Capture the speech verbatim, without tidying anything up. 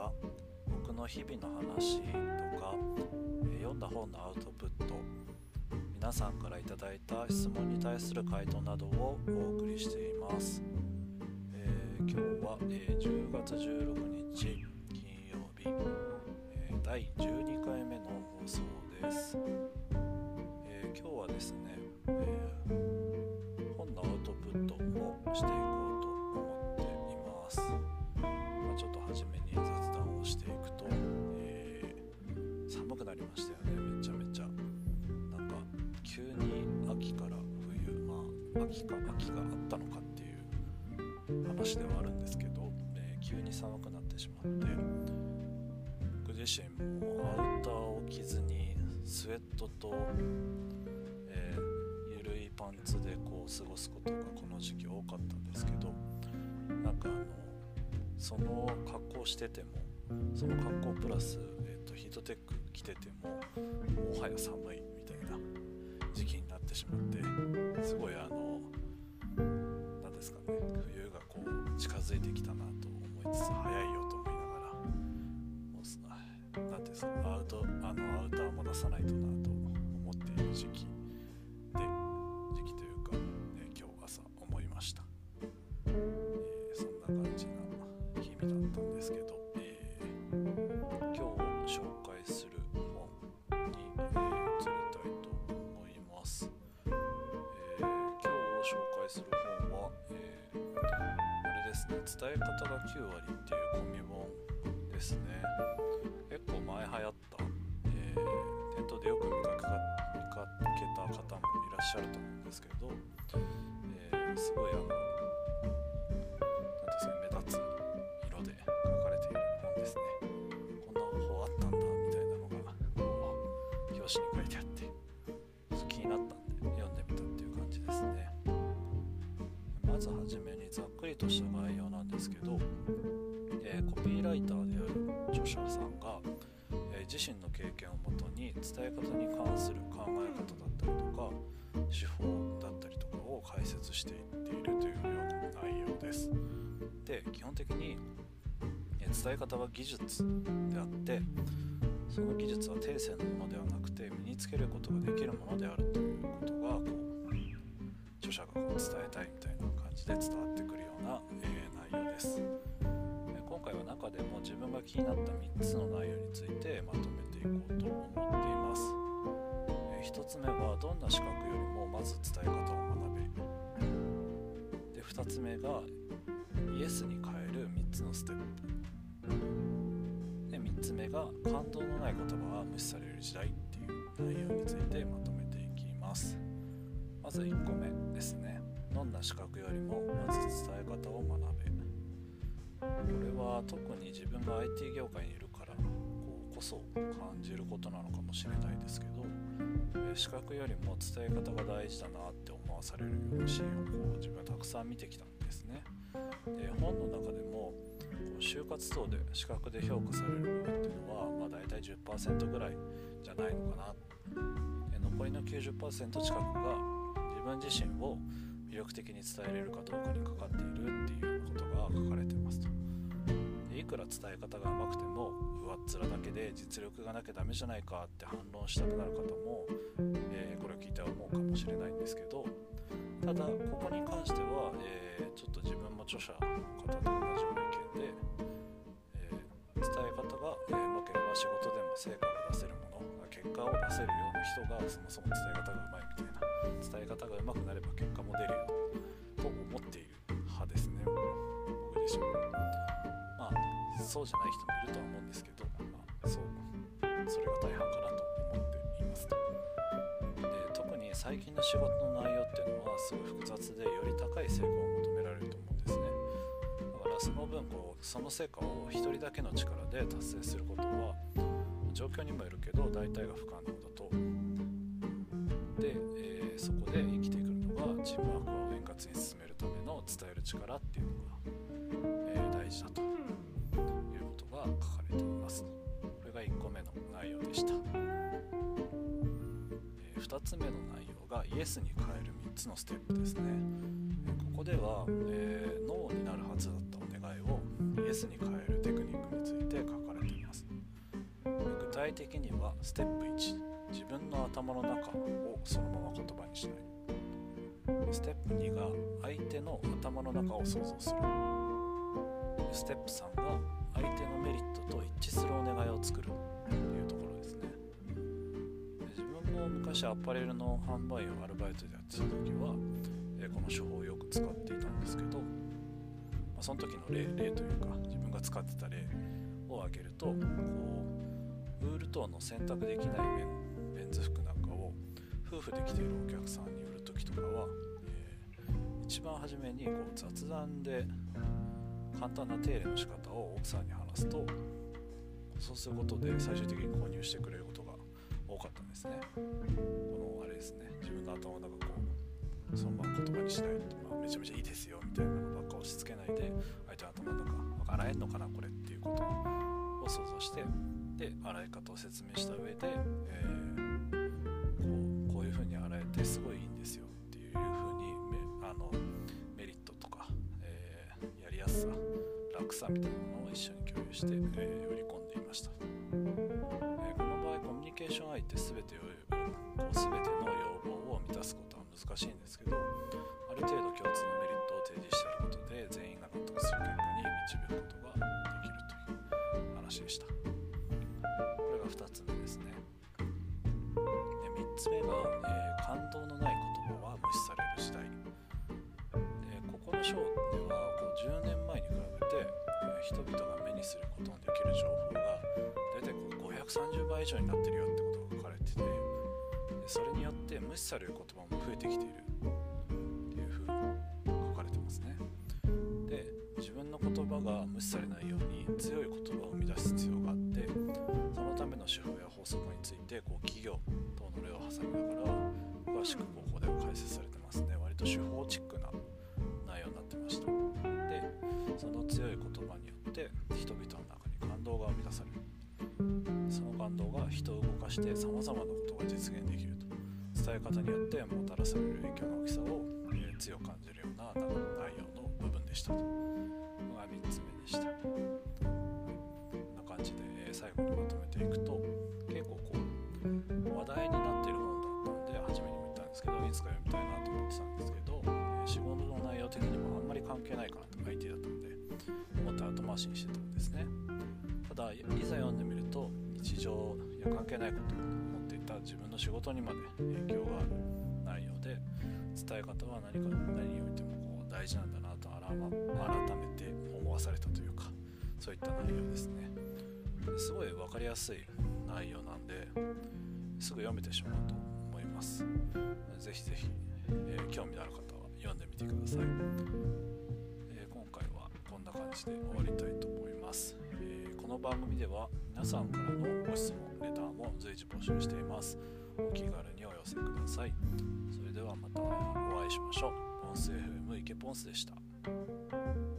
が僕の日々の話とか、えー、読んだ本のアウトプット、皆さんからいただいた質問に対する回答などをお送りしています。えー、今日は、えー、じゅうがつじゅうろくにち金曜日、えー、だいじゅうにかいめの放送です。えー、今日はですね、えー、本のアウトプットをしていこうと思っています。まあ、ちょっと初めに雑談をしていくと、えー、寒くなりましたよね。めちゃめちゃなんか急に秋から冬、まあ秋か秋があったのかっていう話ではあるんですけど、えー、急に寒くなってしまって、僕自身もアウターを着ずにスウェットと、えー、ゆるいパンツでこう過ごすことがこの時期多かったんですけど、なんかあのその格好してても、その格好プラス、えーと、ヒートテック着ててももはや寒いみたいな時期になってしまって、すごいあのなんですかね、冬がこう近づいてきたなと思いつつ、早いよと思いながら、もうなんていうんですか、アウトあのアウターも出さないとなと思っている時期で時期というか、ね、今日朝思いました。えー、そんな感じな日々だったんですけど、えー、今日紹介する本に、えー、移りたいと思います。えー、今日紹介する本は、えー、あれですね、伝え方がきゅうわりっていう紙本ですね。結構前流行った、えー、店頭でよく見かけた、見かけた方もいらっしゃると思うんですけど、えー、すごいあの目立つ色で書かれている本ですね。こんな方法あったんだみたいなのが表紙に書いてあって、ちょっと気になったんで読んでみたっていう感じですね。まずはじめにざっくりとした概要なんですけど、えー、コピーライターである著者さんが、えー、自身の経験をもとに伝え方に関する考え方だったりとか手法だったりとかを解説していっているというような内容です。で、基本的に伝え方は技術であって、その技術は低性のものではなくて身につけることができるものであるということがこう著者がこう伝えたいみたいな感じで伝わってくるような、えー、内容です。今回は中でも自分が気になったみっつの内容についてまとめていこうと思っています。えー、ひとつめはどんな資格よりもまず伝え方を学べる。で、ふたつめがイエスに変えるみっつのステップで、みっつめが感動のない言葉は無視される時代っていう内容についてまとめていきます。まずいっこめですね。どんな資格よりもまず伝え方を学べ。これは特に自分が アイティー 業界にいるからこうこそ感じることなのかもしれないですけど、え資格よりも伝え方が大事だなって思わされるようなシーンをこう自分はたくさん見てきたんですね。で、本の中でもこう就活等で資格で評価される部分っていうのは、まあ、大体 じゅっパーセント ぐらいじゃないのかな。で、残りの きゅうじゅっパーセント 近くが自分自身を魅力的に伝えれるかどうかにかかっているっていうようなことが書かれてますと。で、いくら伝え方が上手くても上っ面だけで実力がなきゃダメじゃないかって反論したくなる方も、えー、これを聞いて思うかもしれないんですけど、ただここに関しては、えー、ちょっと自分も著者の方と同じような意見で、えー、伝え方が上手ければ仕事でも成果が出せるもの、結果を出せるような人がそもそも伝え方が上手いみたいな、伝え方が上手くなれば結果も出るよと思っている派ですね、僕自身も。まあそうじゃない人もいるとは思うんですけど、まあ、そうそれが大半かなと思っていますと。で、特に最近の仕事の内容っていうのはすごい複雑で、より高い成果を求められると思うんですね。だからその分こうその成果を一人だけの力で達成することは状況にもよるけど大体が不可能だと。で、えー、そこで生きてくるのがチームワークを円滑に進めるための伝える力っていうのが、えー、大事だということが書かれています。これがいっこめの内容でした。えー、ふたつめの内容がイエスに変えるみっつのステップですね。ここでは、えー、ノーになるはずだったお願いをイエスに変えるテクニックについて書か体的にはステップいち、自分の頭の中をそのまま言葉にしない。ステップにが相手の頭の中を想像する。ステップさんが相手のメリットと一致するお願いを作るというところですね。で自分も昔アパレルの販売員をアルバイトでやってた時は、えー、この手法をよく使っていたんですけど、まあ、その時の例、例というか自分が使ってた例を挙げると、こうウール等の洗濯できないメン、メンズ服なんかを夫婦で着ているお客さんに売る時とかは、えー、一番初めにこう雑談で簡単な手入れの仕方を奥さんに話すと、そうすることで最終的に購入してくれることが多かったんですね。このあれですね、自分の頭の中こうそのまま言葉にしないと、まあ、めちゃめちゃいいですよみたいなのばっか押し付けないで、相手の頭の中洗えんのかなこれっていうことを想像して、で洗い方を説明した上で、えー、こうこういう風に洗えてすごいいいんですよっていう風にめあのメリットとか、えー、やりやすさ、楽さみたいなものを一緒に共有して、えー、売り込んでいました。えー、この場合コミュニケーション相手すべてをこう全ての要望を満たすことは難しいんですけど、ある程度共通のメリットを提示していることで全員が納得する結果に導くことができるという話でした。これがふたつめですね。でみっつめが、えー、感動のない言葉は無視される時代。でここの章ではこうじゅうねんまえに比べて、えー、人々が目にすることのできる情報がだいたいごひゃくさんじゅうばい以上になってるよってことが書かれてて、でそれによって無視される言葉も増えてきているっていうふうに書かれてますね。で自分の言葉が無視されないように強い言葉を生み出す必要があって、そのための手法や法則についてこう企業等の例を挟みながら詳しくここでは解説されてますね。割と手法チックな内容になってました。でその強い言葉によって人々の中に感動が生み出される。その感動が人を動かしてさまざまなことが実現できると、伝え方によってもたらされる影響の大きさを、えー、強く感じるような内容の部分でしたと。これがみっつめでした。こんな感じで、えー、最後にまとめていくと、結構こう話題になっている本だったので初めにも言ったんですけど、いつか読みたいなと思ってたんですけど、えー、仕事の内容的にもあんまり関係ないかなと アイティー だったので思って後回しにしてたんですね。ただいざ読んでみると、日常や関係ないことを思っていた自分の仕事にまで影響がある内容で、伝え方は何か何においてもこう大事なんだなと改めて思わされたというか、そういった内容ですね。すごい分かりやすい内容なんですぐ読めてしまうと思います。ぜひぜひ、えー、興味のある方は読んでみてください。えー、今回はこんな感じで終わりたいと思います。この番組では皆さんからのご質問、レターも随時募集しています。お気軽にお寄せください。それではまたお会いしましょう。ポンス エフエム 池ポンスでした。